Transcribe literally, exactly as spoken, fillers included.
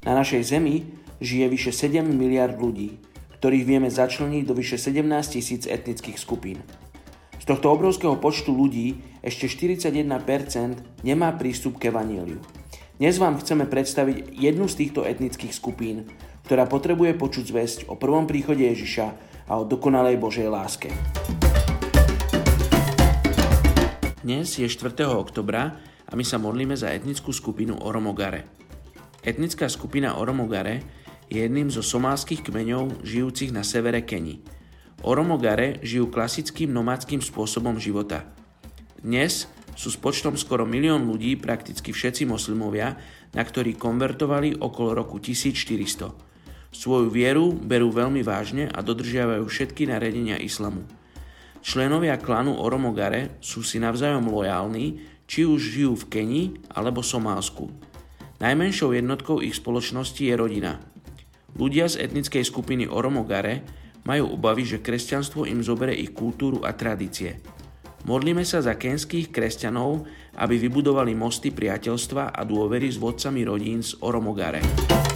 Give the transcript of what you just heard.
Na našej Zemi žije vyše sedem miliárd ľudí, ktorých vieme začleniť do vyše sedemnásť tisíc etnických skupín. Z tohto obrovského počtu ľudí ešte štyridsaťjeden percent nemá prístup k evanjeliu. Dnes vám chceme predstaviť jednu z týchto etnických skupín, ktorá potrebuje počuť zvesť o prvom príchode Ježiša a o dokonalej Božej láske. Dnes je štvrtého októbra a my sa modlíme za etnickú skupinu Oromogare. Etnická skupina Oromogare je jedným zo somálskych kmeňov žijúcich na severe Keni. Oromogare žijú klasickým nomádskym spôsobom života. Dnes sú s počtom skoro milión ľudí prakticky všetci moslimovia, na ktorí konvertovali okolo roku tisícštyristo. Svoju vieru berú veľmi vážne a dodržiavajú všetky nariadenia islamu. Členovia klanu Oromogare sú si navzájom lojálni, či už žijú v Kenii alebo Somálsku. Najmenšou jednotkou ich spoločnosti je rodina. Ľudia z etnickej skupiny Oromogare majú obavy, že kresťanstvo im zobere ich kultúru a tradície. Modlíme sa za kenských kresťanov, aby vybudovali mosty priateľstva a dôvery s vodcami rodín z Oromogare.